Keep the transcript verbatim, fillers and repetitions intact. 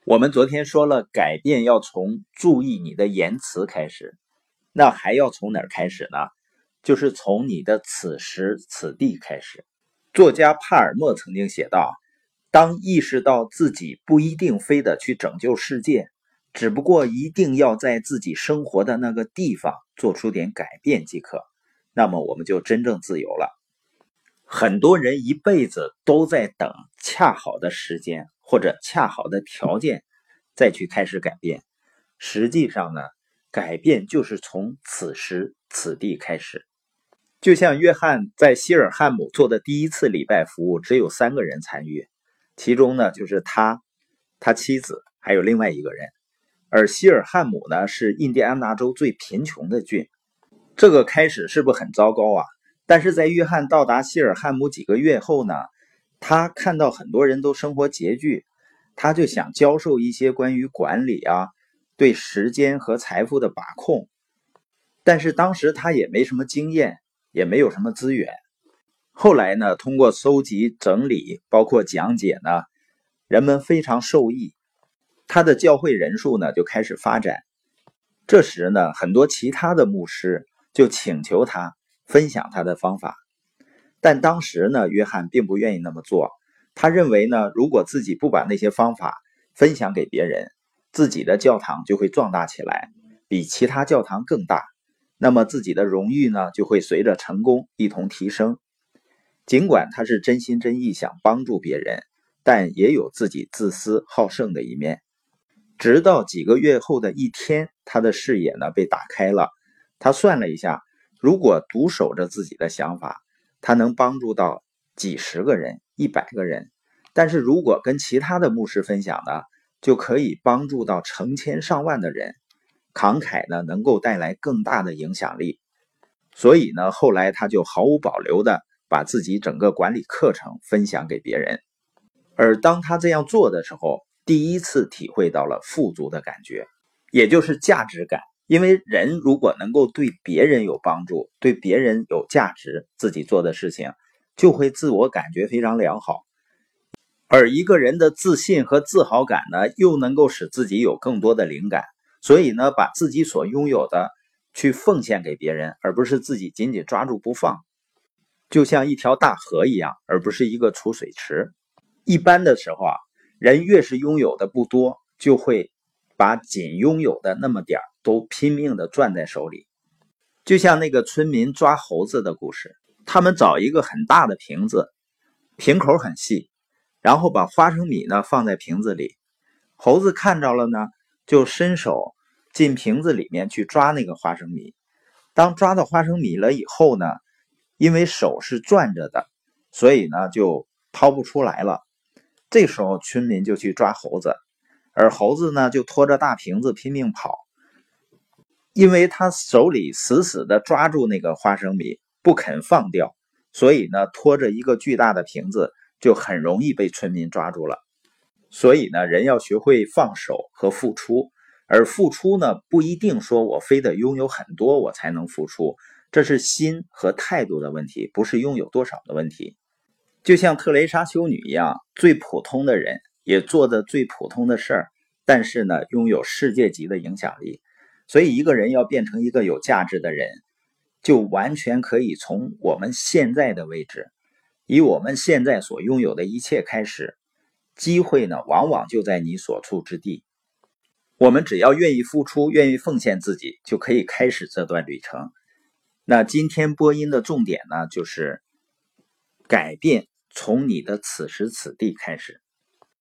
我们昨天说了，改变要从注意你的言辞开始，那还要从哪儿开始呢？就是从你的此时此地开始。作家帕尔默曾经写道，当意识到自己不一定非得去拯救世界，只不过一定要在自己生活的那个地方做出点改变即可，那么我们就真正自由了。很多人一辈子都在等恰好的时间或者恰好的条件再去开始改变。实际上呢，改变就是从此时此地开始。就像约翰在希尔汉姆做的第一次礼拜服务，只有三个人参与，其中呢就是他、他妻子还有另外一个人。而希尔汉姆呢是印第安纳州最贫穷的郡。这个开始是不是很糟糕啊？但是在约翰到达希尔汉姆几个月后呢，他看到很多人都生活拮据，他就想教授一些关于管理啊，对时间和财富的把控。但是当时他也没什么经验，也没有什么资源。后来呢，通过搜集整理包括讲解呢，人们非常受益，他的教会人数呢就开始发展。这时呢，很多其他的牧师就请求他分享他的方法。但当时呢，约翰并不愿意那么做。他认为呢，如果自己不把那些方法分享给别人，自己的教堂就会壮大起来，比其他教堂更大，那么自己的荣誉呢就会随着成功一同提升。尽管他是真心真意想帮助别人，但也有自己自私好胜的一面。直到几个月后的一天，他的视野呢被打开了。他算了一下，如果独守着自己的想法，他能帮助到几十个人、一百个人，但是如果跟其他的牧师分享呢，就可以帮助到成千上万的人。慷慨呢，能够带来更大的影响力。所以呢，后来他就毫无保留的把自己整个管理课程分享给别人。而当他这样做的时候，第一次体会到了富足的感觉，也就是价值感。因为人如果能够对别人有帮助，对别人有价值，自己做的事情就会自我感觉非常良好。而一个人的自信和自豪感呢，又能够使自己有更多的灵感。所以呢，把自己所拥有的去奉献给别人，而不是自己紧紧抓住不放，就像一条大河一样，而不是一个储水池。一般的时候啊，人越是拥有的不多，就会把仅拥有的那么点儿都拼命的攥在手里。就像那个村民抓猴子的故事，他们找一个很大的瓶子，瓶口很细，然后把花生米呢放在瓶子里。猴子看着了呢，就伸手进瓶子里面去抓那个花生米。当抓到花生米了以后呢，因为手是攥着的，所以呢就掏不出来了。这时候村民就去抓猴子，而猴子呢就拖着大瓶子拼命跑。因为他手里死死的抓住那个花生米不肯放掉，所以呢拖着一个巨大的瓶子就很容易被村民抓住了。所以呢，人要学会放手和付出。而付出呢，不一定说我非得拥有很多我才能付出，这是心和态度的问题，不是拥有多少的问题。就像特蕾莎修女一样，最普通的人也做的最普通的事儿，但是呢，拥有世界级的影响力。所以一个人要变成一个有价值的人，就完全可以从我们现在的位置，以我们现在所拥有的一切开始。机会呢，往往就在你所处之地。我们只要愿意付出，愿意奉献自己，就可以开始这段旅程。那今天播音的重点呢，就是改变从你的此时此地开始。